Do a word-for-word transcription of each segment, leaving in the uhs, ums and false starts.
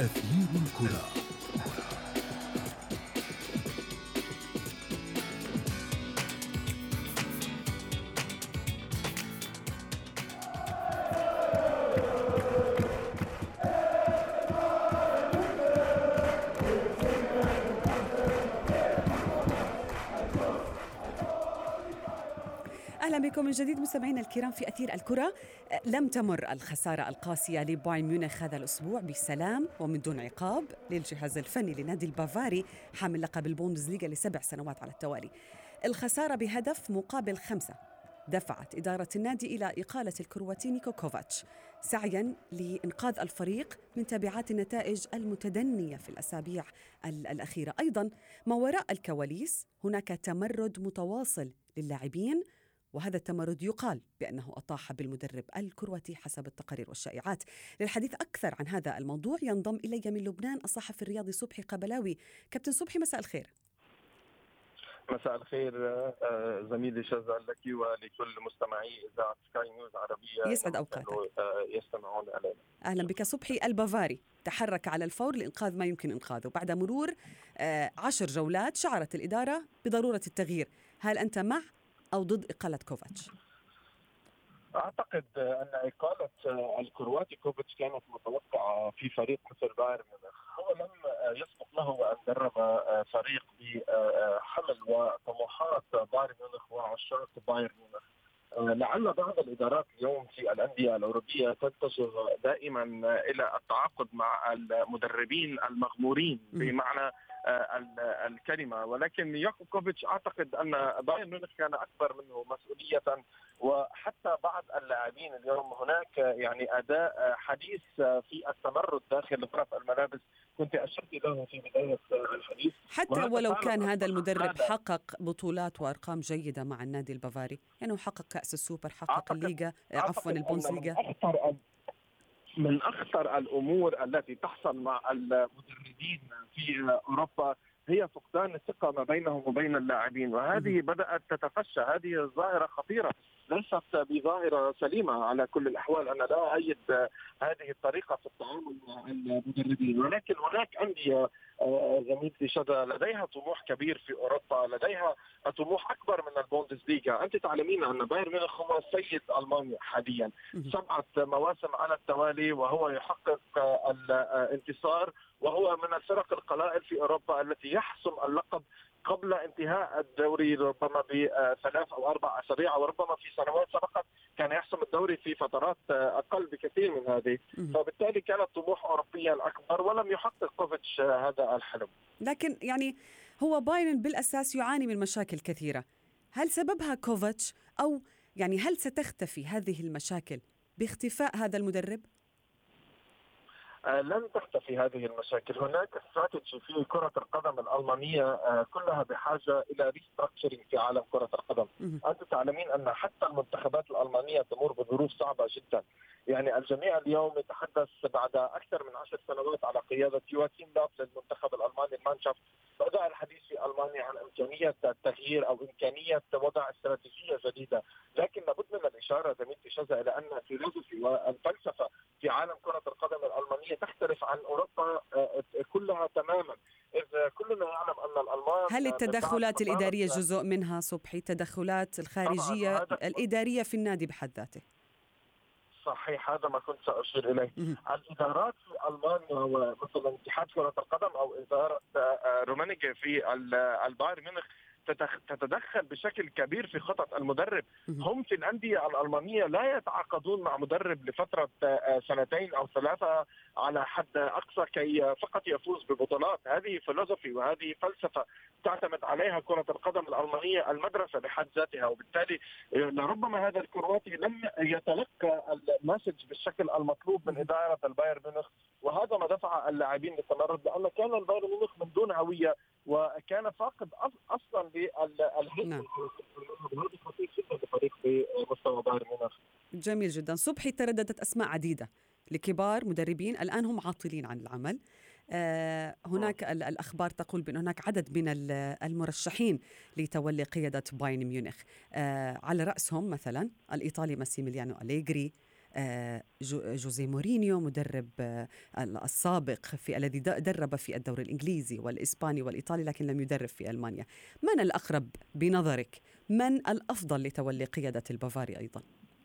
أثير الكرة. أهلا بكم من جديد مستمعينا الكرام في أثير الكرة. لم تمر الخسارة القاسية لبايرن ميونخ هذا الأسبوع بسلام ومن دون عقاب للجهاز الفني لنادي البافاري حامل لقب البوندسليغا لسبع سنوات على التوالي. الخسارة بهدف مقابل خمسة دفعت إدارة النادي إلى إقالة الكرواتي نيكو كوفاتش سعياً لإنقاذ الفريق من تبعات النتائج المتدنية في الأسابيع الأخيرة. أيضاً ما وراء الكواليس هناك تمرد متواصل للاعبين، وهذا التمرد يقال بأنه أطاح بالمدرب الكرواتي حسب التقارير والشائعات. للحديث أكثر عن هذا الموضوع ينضم إلي من لبنان الصحفي الرياضي صبحي قبلاوي. كابتن صبحي، مساء الخير. مساء الخير زميلي شذا لك ولكل مستمعي إذاعة سكاي نيوز عربية يسعد أوقاتك. يستمعون علينا. أهلا بك صبحي. البافاري تحرك على الفور لإنقاذ ما يمكن إنقاذه بعد مرور عشر جولات. شعرت الإدارة بضرورة التغيير. هل أنت مع أو ضد إقالة كوفاتش؟ أعتقد أن إقالة الكرواتي كوفاتش كانت متوقعة في فريق مثل بايرن ميونخ. هو لم يسبق له أن درب فريق بحمل وطموحات بايرن ميونخ وعشاق بايرن ميونخ. لعل بعض الإدارات اليوم في الأندية الأوروبية تتجه دائما إلى التعاقد مع المدربين المغمورين بمعنى الكلمة، ولكن ياكوب كوفيتش أعتقد أن بايرن ميونخ كان أكبر منه مسؤولية، وحتى بعض اللاعبين اليوم هناك يعني أداء حديث في التمرد داخل غرف الملابس كنت أشرت له في بداية الحديث. حتى ولو كان هذا المدرب حقق بطولات وأرقام جيدة مع النادي البافاري، يعني حقق كأس السوبر، حقق الليغا، عفوا البوندسليغا. من أخطر الأمور التي تحصل مع المدربين في أوروبا هي فقدان الثقة ما بينهم وبين اللاعبين، وهذه بدأت تتفشى. هذه ظاهرة خطيرة ليست بظاهرة سليمة على كل الأحوال. أنا لا أيد هذه الطريقة في التعامل مع المدربين، ولكن هناك أندية زميلتي شذا لديها طموح كبير في أوروبا، لديها طموح أكبر من البوندسليغا. أنت تعلمين أن بايرن ميونخ هو سيد ألمانيا حاليا، سبعة مواسم على التوالي وهو يحقق الانتصار، وهو من الفرق القلائل في أوروبا التي يحسم اللقب قبل انتهاء الدوري ربما بثلاث أو أربع أسابيع، وربما في سنوات سبقت كان يحسم الدوري في فترات أقل بكثير من هذه. فبالتالي كان الطموح أوروبيا أكبر ولم يحقق كوفيتش هذا الحلم. لكن يعني هو بايرن بالأساس يعاني من مشاكل كثيرة. هل سببها كوفيتش، أو يعني هل ستختفي هذه المشاكل باختفاء هذا المدرب؟ آه لن تختفي هذه المشاكل. هناك استراتيجي في كرة القدم الألمانية آه كلها بحاجة إلى ريستراكشرينج في عالم كرة القدم. أنت تعلمين أن حتى المنتخبات الألمانية تمر بظروف صعبة جدا. يعني الجميع اليوم يتحدث بعد أكثر من عشر سنوات على قيادة يواتيم لوف للمنتخب الألماني المانشافت، بدأ الحديث في ألمانيا عن إمكانية التغيير أو إمكانية وضع استراتيجية جديدة. لكن لابد من الإشارة زميلتي شذا إلى أن الفلسفة والفلسفة في عالم كرة القدم الألمانية تختلف عن أوروبا كلها تماما. إذا كلنا يعلم أن الألمان، هل التدخلات الإدارية جزء منها صبحي؟ التدخلات الخارجية الإدارية في النادي بحد ذاته؟ صحيح، هذا ما كنت سأشير إليه. الإدارات في ألمانيا ومثلا اتحاد كرة القدم أو إدارة رومانيكي في البايرن ميونخ تتدخل بشكل كبير في خطط المدرب. هم في الأندية الألمانية لا يتعاقدون مع مدرب لفترة سنتين أو ثلاثة على حد أقصى كي فقط يفوز ببطولات. هذه فلسفة وهذه فلسفة تعتمد عليها كرة القدم الألمانية المدرسة بحد ذاتها، وبالتالي لربما هذا الكرواتي لم يتلقى المسج بالشكل المطلوب من إدارة البايرن ميونخ، وهذا ما دفع اللاعبين للتمرد، لأن كان البايرن ميونخ من دون هوية وكان فاقد أصلا للهدف. هذا خطير جدا لفريق بمستوى بايرن ميونخ. جميل جدا. صبحي، ترددت أسماء عديدة لكبار مدربين الآن هم عاطلين عن العمل. آه هناك أوه. الأخبار تقول بأن هناك عدد من المرشحين لتولي قيادة بايرن ميونخ، آه على رأسهم مثلا الإيطالي ماسيميليانو أليغري، جوزيه مورينيو مدرب السابق في الذي درب في الدوري الإنجليزي والإسباني والإيطالي لكن لم يدرب في ألمانيا. من الأقرب بنظرك؟ من الأفضل لتولي قيادة البافاري أيضا؟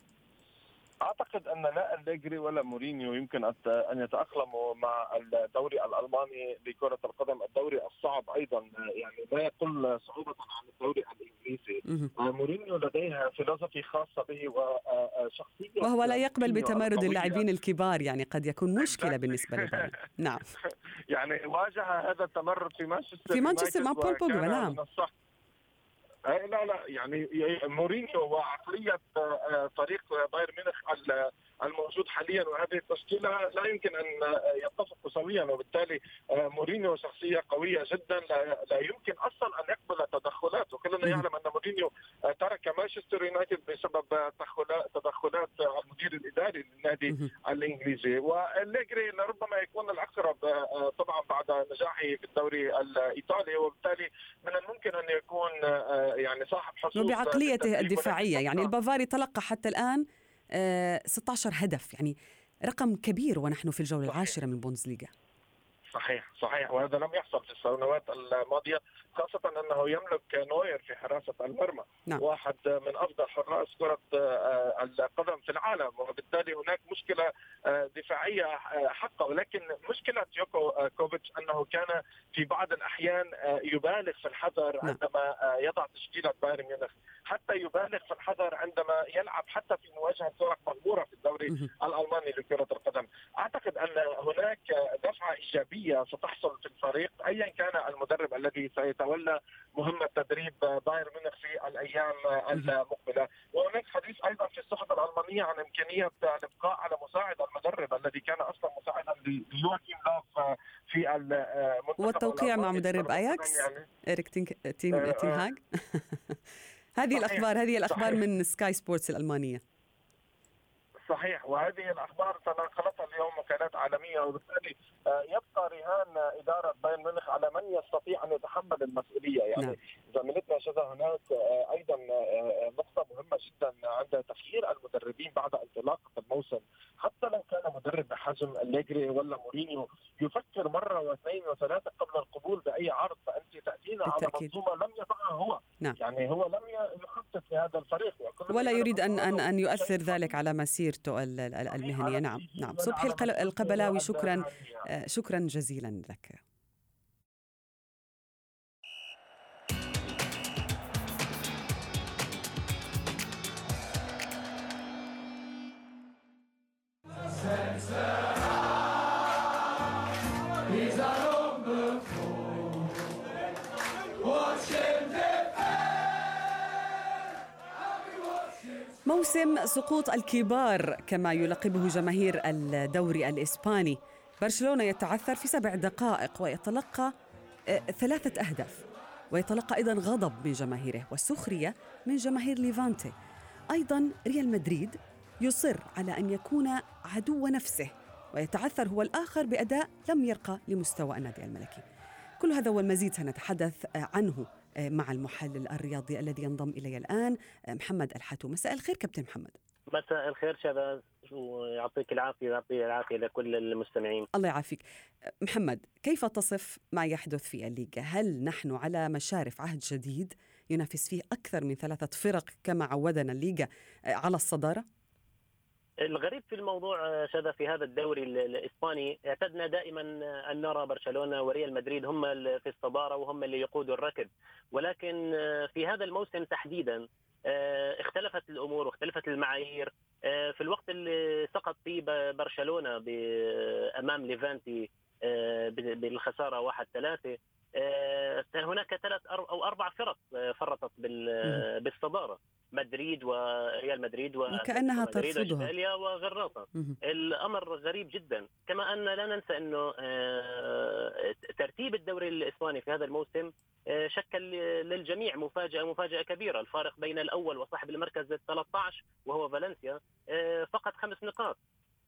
أعتقد أن لا أليجري ولا مورينيو يمكن أن يتأقلموا مع الدوري الألماني لكرة القدم، الدوري الصعب أيضا، يعني لا يقل صعوبة عن الدوري الإنجليزي. مورينيو لديه فلسفة خاصة به وشخصية، وهو لا يقبل بتمرد اللاعبين الكبار، يعني قد يكون مشكلة بالنسبة له. نعم. يعني واجه هذا التمرد في مانشستر في مانشستر مع بول بوجبا. نعم. لا لا يعني مورينيو وعقلية فريق بايرن ميونخ الموجود حاليا وهذه التشكيلة لا يمكن أن يتفقوا سويا، وبالتالي مورينيو شخصية قوية جدا، لا يمكن أصلا أن يقبل التدخلات، وكلنا يعلم أن مورينيو ترك مانشستر يونايتد بسبب تدخلات المدير الإداري للنادي الإنجليزي. والليجري لربما يكون الأقرب طبعا بعد نجاحه في الدوري الإيطالي، وبالتالي من الممكن أن يكون يعني صاحب حظوظ وبعقليته الدفاعية. يعني البافاري تلقى حتى الآن ستة عشر هدف، يعني رقم كبير ونحن في الجولة العاشرة من بوندسليغا. صحيح صحيح وهذا لم يحصل في السنوات الماضية، خاصة أنه يملك نوير في حراسة المرمى. نعم. واحد من أفضل حراس كرة القدم في العالم، وبالتالي هناك مشكلة دفاعية حقا. ولكن مشكلة يوكو كوفيتش أنه كان في بعض الأحيان يبالغ في الحذر عندما يضع تشكيلة بايرن ميونخ، حتى يبالغ في الحذر عندما يلعب حتى في مواجهة فرق مغمورة في الدوري الألماني لكرة القدم. أعتقد أن هناك دفعة إيجابية ستحصل في الفريق أيا كان المدرب الذي سيتولى مهمة تدريب بايرن ميونخ في الأيام المقبلة. وهناك حديث أيضا في الصحف الألمانية عن إمكانية الإبقاء على مساعد المدرب الذي كان أصلا مساعدا ليواكيم لوف في المنتخب، والتوقيع مع مدرب أياكس يعني إريك تين هاغ. هذه الأخبار هذه الأخبار صحيح. من سكاي سبورتس الألمانية. صحيح، وهذه الأخبار تناقلتها اليوم وكالات عالمية، وبالتالي يبقى رهان إدارة بايرن ميونخ على من يستطيع أن يتحمل المسؤولية. يعني نعم. زميلتنا شذا هناك أيضا نقطة مهمة جدا عند تخيير المدربين بعد انطلاقة الموسم. حتى لو كان مدرب بحجم أليجري ولا مورينيو يفكر مرة واثنين وثلاثة قبل القبول بأي عرض، فأنت تأتينا على منظومة لم يضعها هو. نعم. يعني هو لم يخطط لهذا الفريق ولا يريد أن أن أن يؤثر ذلك على مسيرته المهنية. نعم نعم. صبحي القبلاوي، شكرا شكرا جزيلا لك. موسم سقوط الكبار كما يلقبه جماهير الدوري الإسباني. برشلونة يتعثر في سبع دقائق ويتلقى ثلاثة أهداف، ويتلقى أيضا غضب من جماهيره وسخرية من جماهير ليفانتي. أيضا ريال مدريد يصر على أن يكون عدو نفسه ويتعثر هو الآخر بأداء لم يرقى لمستوى النادي الملكي. كل هذا والمزيد سنتحدث عنه مع المحلل الرياضي الذي ينضم إلي الآن محمد الحاتو. مساء الخير كابتن محمد. مساء الخير شباب، ويعطيك العافية ويعطي العافية لكل المستمعين. الله يعافيك. محمد، كيف تصف ما يحدث في الليغا؟ هل نحن على مشارف عهد جديد ينافس فيه أكثر من ثلاثة فرق كما عودنا الليغا على الصدارة؟ الغريب في الموضوع شذا في هذا الدوري الإسباني، اعتدنا دائما أن نرى برشلونة وريال مدريد هم في الصدارة وهم اللي يقودوا الركب، ولكن في هذا الموسم تحديدا اختلفت الأمور واختلفت المعايير. في الوقت اللي سقط فيه برشلونة أمام ليفانتي بالخسارة واحد ثلاثة، هناك ثلاث أو أربع فرق فرطت بالصدارة، مدريد وريال مدريد وكأنها ترفضها وغرناطة. الأمر غريب جدا. كما أن لا ننسى أنه ترتيب الدوري الإسباني في هذا الموسم شكل للجميع مفاجأة مفاجأة كبيرة. الفارق بين الأول وصاحب المركز الثلاثة عشر وهو فالنسيا فقط خمس نقاط.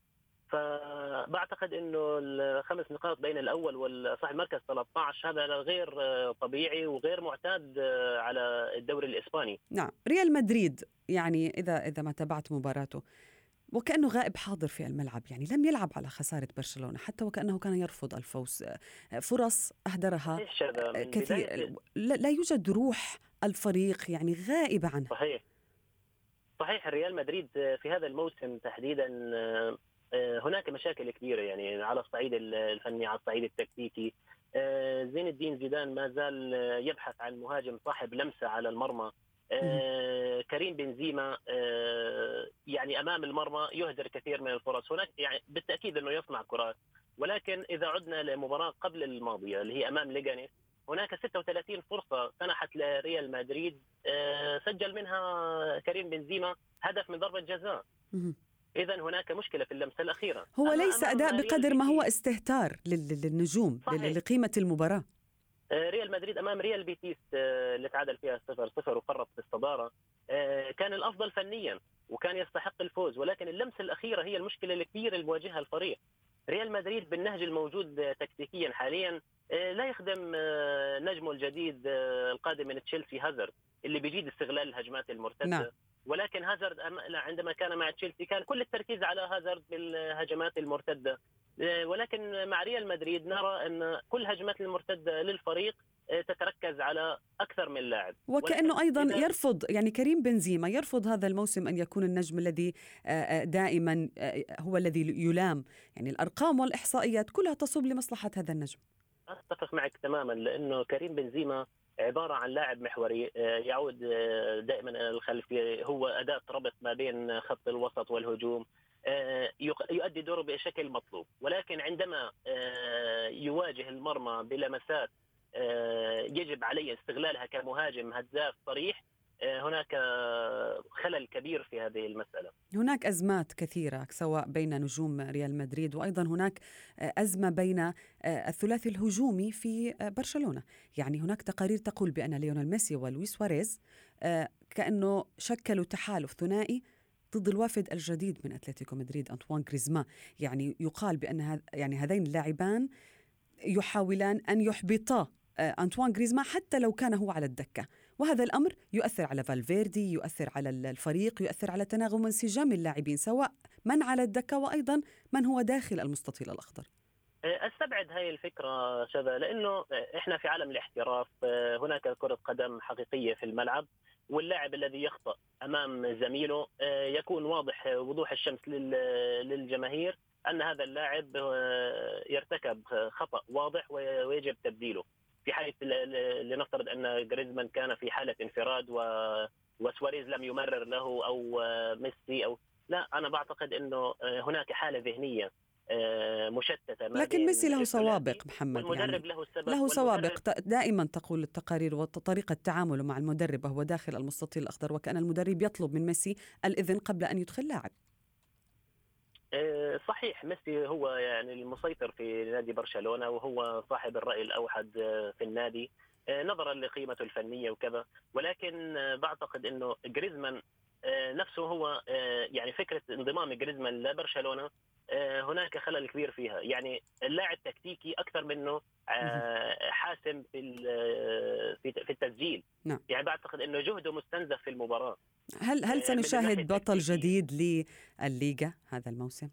فبعتقد انه الخمس نقاط بين الاول وصاحب المركز ثلاثة عشر هذا غير طبيعي وغير معتاد على الدوري الاسباني. نعم. ريال مدريد يعني اذا اذا ما تابعت مباراته وكأنه غائب حاضر في الملعب، يعني لم يلعب على خسارة برشلونة حتى وكأنه كان يرفض الفوز. فرص أهدرها من كثير، بداية لا يوجد روح الفريق يعني غائبة عنها. صحيح صحيح ريال مدريد في هذا الموسم تحديدا هناك مشاكل كبيرة، يعني على الصعيد الفني، على الصعيد التكتيكي. زين الدين زيدان ما زال يبحث عن مهاجم صاحب لمسة على المرمى. آه كريم بنزيما آه يعني امام المرمى يهدر كثير من الفرص. هناك يعني بالتاكيد انه يصنع كرات، ولكن اذا عدنا لمباراه قبل الماضيه اللي هي امام ليغانيس، هناك ستة وثلاثين فرصه سنحت لريال مدريد، آه سجل منها كريم بنزيما هدف من ضربه جزاء. اذا هناك مشكله في اللمسه الاخيره. هو ليس اداء بقدر ما هو استهتار للنجوم لقيمه المباراه. ريال مدريد امام ريال بيتيس اللي تعادل فيها صفر صفر وفرط في الصداره كان الافضل فنيا وكان يستحق الفوز، ولكن اللمسه الاخيره هي المشكله الكبيره اللي بيواجهها الفريق. ريال مدريد بالنهج الموجود تكتيكيا حاليا لا يخدم نجمه الجديد القادم من تشيلسي هازارد اللي بيجيد استغلال الهجمات المرتده. نعم. ولكن هازارد عندما كان مع تشيلسي كان كل التركيز على هازارد بالهجمات المرتده، ولكن مع ريال مدريد نرى أن كل هجمات المرتدة للفريق تتركز على أكثر من لاعب، وكأنه أيضا يرفض، يعني كريم بنزيما يرفض هذا الموسم أن يكون النجم الذي دائما هو الذي يلام. يعني الأرقام والإحصائيات كلها تصب لمصلحة هذا النجم. أتفق معك تماما، لأنه كريم بنزيما عبارة عن لاعب محوري يعود دائما إلى الخلفية، هو أداة ربط ما بين خط الوسط والهجوم، يؤدي دوره بشكل مطلوب. ولكن عندما يواجه المرمى بلمسات يجب عليه استغلالها كمهاجم هداف صريح، هناك خلل كبير في هذه المسألة. هناك أزمات كثيرة سواء بين نجوم ريال مدريد، وأيضا هناك أزمة بين الثلاثي الهجومي في برشلونة. يعني هناك تقارير تقول بأن ليونيل ميسي ولويس سواريز كأنه شكلوا تحالف ثنائي ضد الوافد الجديد من أتلتيكو مدريد أنطوان غريزمان. يعني يقال بأن هذ يعني هذين اللاعبان يحاولان أن يحبطا أنطوان غريزمان حتى لو كان هو على الدكة، وهذا الأمر يؤثر على فالفيردي، يؤثر على الفريق، يؤثر على تناغم وانسجام اللاعبين سواء من على الدكة وأيضا من هو داخل المستطيل الأخضر. استبعد هاي الفكرة شذا، لأنه إحنا في عالم الاحتراف، هناك كرة قدم حقيقية في الملعب، واللاعب الذي يخطئ أمام زميله يكون واضح وضوح الشمس للجماهير أن هذا اللاعب يرتكب خطأ واضح ويجب تبديله. في حالة لنفترض أن غريزمان كان في حالة انفراد وسواريز لم يمرر له أو ميسي أو لا، أنا بعتقد أنه هناك حالة ذهنية مشتتة. لكن ميسي له سوابق محمد، والمدرب يعني له, له سوابق. دائما تقول التقارير وطريقة تعامله مع المدرب وهو داخل المستطيل الأخضر، وكان المدرب يطلب من ميسي الإذن قبل أن يدخل لاعب. صحيح، ميسي هو يعني المسيطر في نادي برشلونة وهو صاحب الرأي الأوحد في النادي نظرا لقيمته الفنية وكذا، ولكن بعتقد أنه غريزمان نفسه هو يعني فكرة انضمام غريزمان لبرشلونة هناك خلل كبير فيها. يعني اللاعب تكتيكي أكثر منه حاسم في في التسجيل. نعم. يعني بعتقد أنه جهده مستنزف في المباراة. هل هل سنشاهد بطل جديد للليغا هذا الموسم؟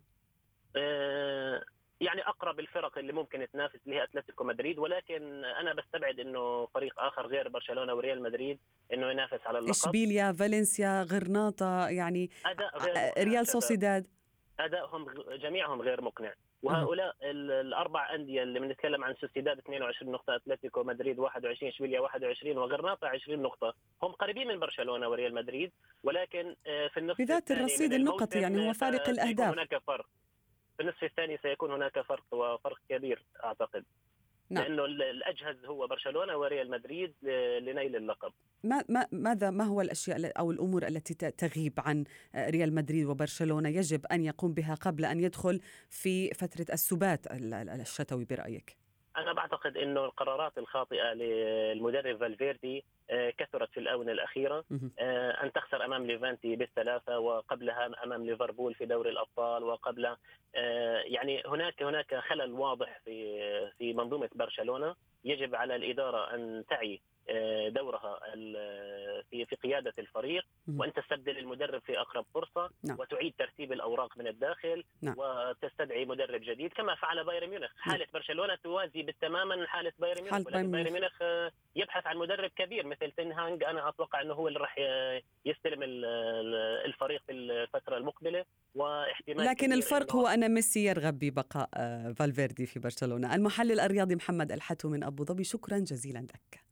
يعني أقرب الفرق اللي ممكن تنافس اللي هي أتلتيكو مدريد، ولكن أنا بستبعد إنه فريق آخر غير برشلونة وريال مدريد إنه ينافس على اللقب. إشبيليا، فالنسيا، غرناطة، يعني ريال سوسيداد أدائهم جميعهم غير مقنع. وهؤلاء الأربع أندية اللي بنتكلم عن سوسيداد اثنين وعشرين نقطة، أتلتيكو مدريد واحد وعشرين، إشبيليا واحد وعشرين، وغرناطة عشرين نقطة، هم قريبين من برشلونة وريال مدريد، ولكن في النصف بذات الرصيد النقطي يعني هو فارق الأهداف. هناك فرق في النصف الثاني، سيكون هناك فرق وفرق كبير أعتقد. نعم. لأنه الأجهز هو برشلونة وريال مدريد لنيل اللقب. ما ما ماذا ما هو الأشياء أو الأمور التي تغيب عن ريال مدريد وبرشلونة يجب أن يقوم بها قبل أن يدخل في فترة السبات الشتوي برأيك؟ أنا بعتقد إنه القرارات الخاطئة للمدرب فالفيردي كثرت في الآونة الأخيرة. أن تخسر أمام ليفانتي بالثلاثة، وقبلها أمام ليفربول في دوري الأبطال، وقبل يعني هناك هناك خلل واضح في في منظومة برشلونة. يجب على الإدارة أن تعي دورها في في قيادة الفريق، وأن تستبدل المدرب في أقرب فرصة، نعم. وتعيد ترتيب الأوراق من الداخل، نعم. وتستدعي مدرب جديد كما فعل بايرن ميونخ. حالة نعم. برشلونة توازي بالتماما حالة بايرن ميونخ، ولكن بايرن ميونخ يبحث عن مدرب كبير مثل تين هانج. أنا أتوقع أنه هو اللي راح يستلم الفريق في الفترة المقبلة، واحتمال لكن الفرق هو أن ميسي يرغب ببقاء فالفيردي في برشلونة. المحلل الرياضي محمد الحتو من أبو ظبي، شكرا جزيلا لك.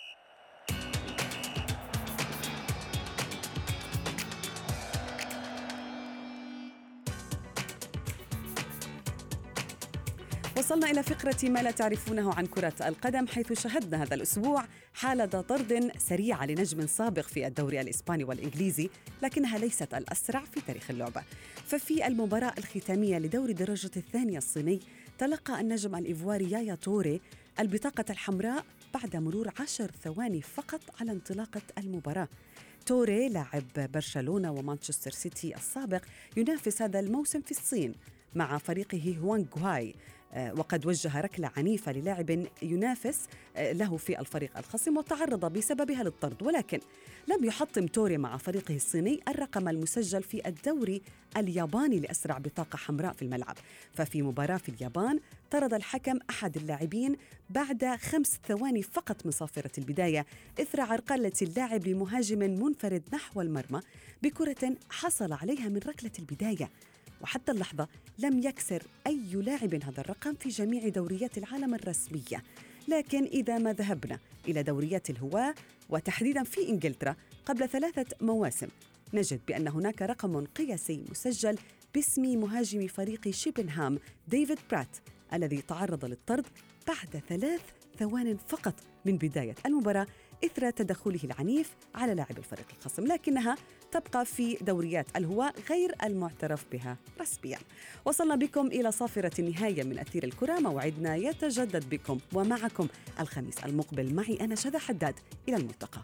وصلنا إلى فقرة ما لا تعرفونه عن كرة القدم، حيث شهدنا هذا الأسبوع حالة طرد سريعة لنجم سابق في الدوري الإسباني والإنجليزي، لكنها ليست الأسرع في تاريخ اللعبة. ففي المباراة الختامية لدوري درجة الثانية الصيني تلقى النجم الإيفواري يايا توري البطاقة الحمراء بعد مرور عشر ثواني فقط على انطلاقة المباراة. توري لاعب برشلونة ومانشستر سيتي السابق ينافس هذا الموسم في الصين مع فريقه هوانغ هواي، وقد وجه ركلة عنيفة للاعب ينافس له في الفريق الخصم وتعرض بسببها للطرد، ولكن لم يحطم توري مع فريقه الصيني الرقم المسجل في الدوري الياباني لأسرع بطاقة حمراء في الملعب. ففي مباراة في اليابان طرد الحكم أحد اللاعبين بعد خمس ثواني فقط من صافرة البداية إثر عرقلة اللاعب لمهاجم منفرد نحو المرمى بكرة حصل عليها من ركلة البداية. وحتى اللحظة لم يكسر أي لاعب هذا الرقم في جميع دوريات العالم الرسمية. لكن إذا ما ذهبنا إلى دوريات الهواة وتحديداً في إنجلترا قبل ثلاثة مواسم، نجد بأن هناك رقم قياسي مسجل باسم مهاجم فريق شيبنهام ديفيد برات الذي تعرض للطرد بعد ثلاث ثوان فقط من بداية المباراة إثر تدخله العنيف على لاعب الفريق الخصم، لكنها تبقى في دوريات الهواة غير المعترف بها رسميا. وصلنا بكم إلى صافرة النهاية من أثير الكرة، موعدنا يتجدد بكم ومعكم الخميس المقبل معي أنا شذى حداد. إلى الملتقى.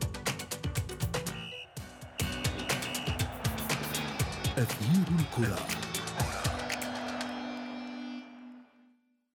أثير الكرة.